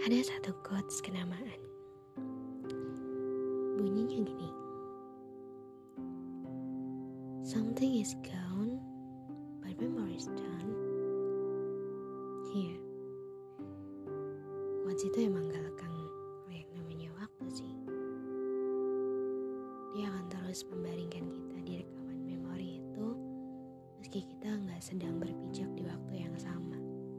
Ada satu quotes kenamaan. Bunyinya gini. Something is gone, but memory is done. Iya. Quotes itu emang gak lekang oleh yang namanya waktu sih. Dia akan terus membaringkan kita di rekaman memori itu, meski kita gak sedang berpijak di waktu yang sama.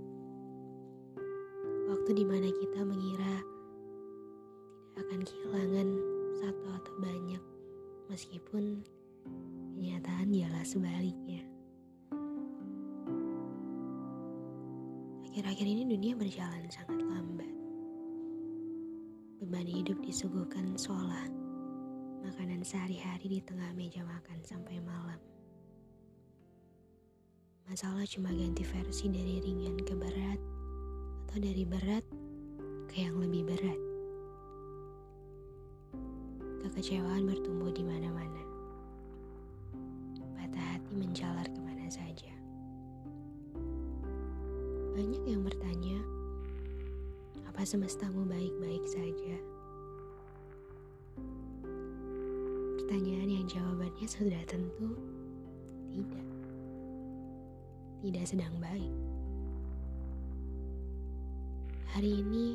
Waktu dimana kita mengira tidak akan kehilangan satu atau banyak, meskipun kenyataan ialah sebaliknya. Akhir-akhir ini dunia berjalan sangat lambat. Beban hidup disuguhkan seolah makanan sehari-hari di tengah meja makan sampai malam. Masalah cuma ganti versi dari ringan ke berat, atau dari berat ke yang lebih berat. Kekecewaan bertumbuh di mana-mana. Patah hati menjalar kemana saja. Banyak yang bertanya, apa semestamu baik-baik saja? Pertanyaan yang jawabannya sudah tentu tidak. Tidak sedang baik. Hari ini,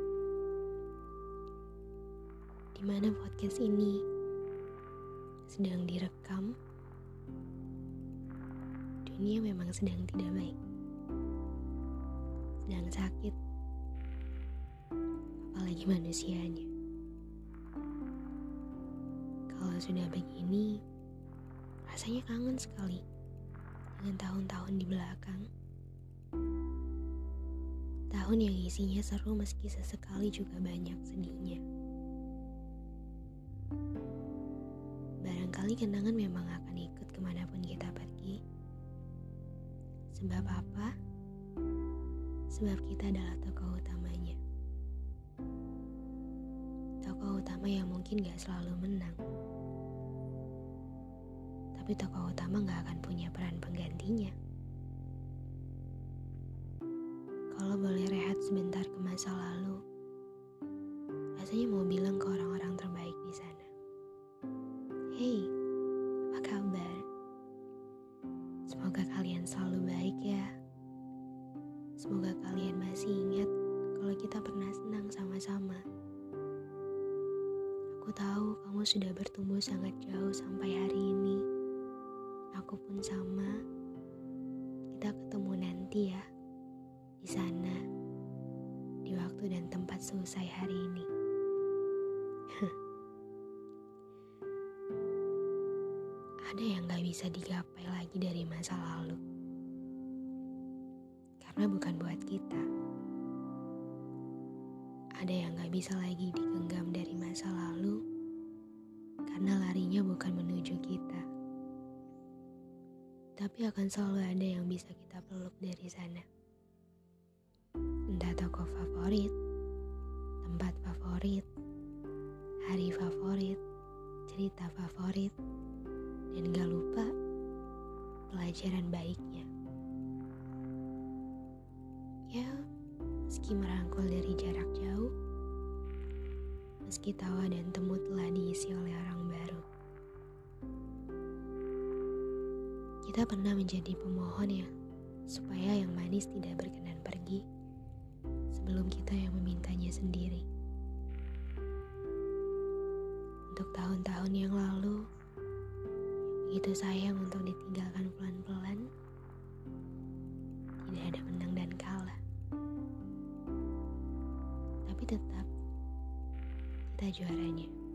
di mana podcast ini sedang direkam, dunia memang sedang tidak baik. Sedang sakit, apalagi manusianya. Kalau sudah begini, rasanya kangen sekali dengan tahun-tahun di belakang. Tahun yang isinya seru meski sesekali juga banyak sedihnya. Barangkali kenangan memang akan ikut kemanapun kita pergi. Sebab apa? Sebab kita adalah tokoh utamanya. Tokoh utama yang mungkin gak selalu menang. Tapi tokoh utama gak akan punya peran penggantinya. Kalau boleh rehat sebentar ke masa lalu, rasanya mau bilang ke orang-orang terbaik di sana. Hey, apa kabar? Semoga kalian selalu baik ya. Semoga kalian masih ingat kalau kita pernah senang sama-sama. Aku tahu kamu sudah bertumbuh sangat jauh sampai hari ini. Aku pun sama. Kita ketemu nanti ya. Di sana, di waktu dan tempat selesai hari ini. Ada yang gak bisa digapai lagi dari masa lalu. Karena bukan buat kita. Ada yang gak bisa lagi digenggam dari masa lalu. Karena larinya bukan menuju kita. Tapi akan selalu ada yang bisa kita peluk dari sana. Entah tokoh favorit, tempat favorit, hari favorit, cerita favorit, dan gak lupa pelajaran baiknya. Ya, meski merangkul dari jarak jauh, meski tawa dan temu telah diisi oleh orang baru. Kita pernah menjadi pemohon ya, supaya yang manis tidak berkenan pergi sebelum kita yang memintanya sendiri. Untuk tahun-tahun yang lalu, begitu sayang untuk ditinggalkan pelan-pelan, tidak ada menang dan kalah. Tapi tetap, kita juaranya.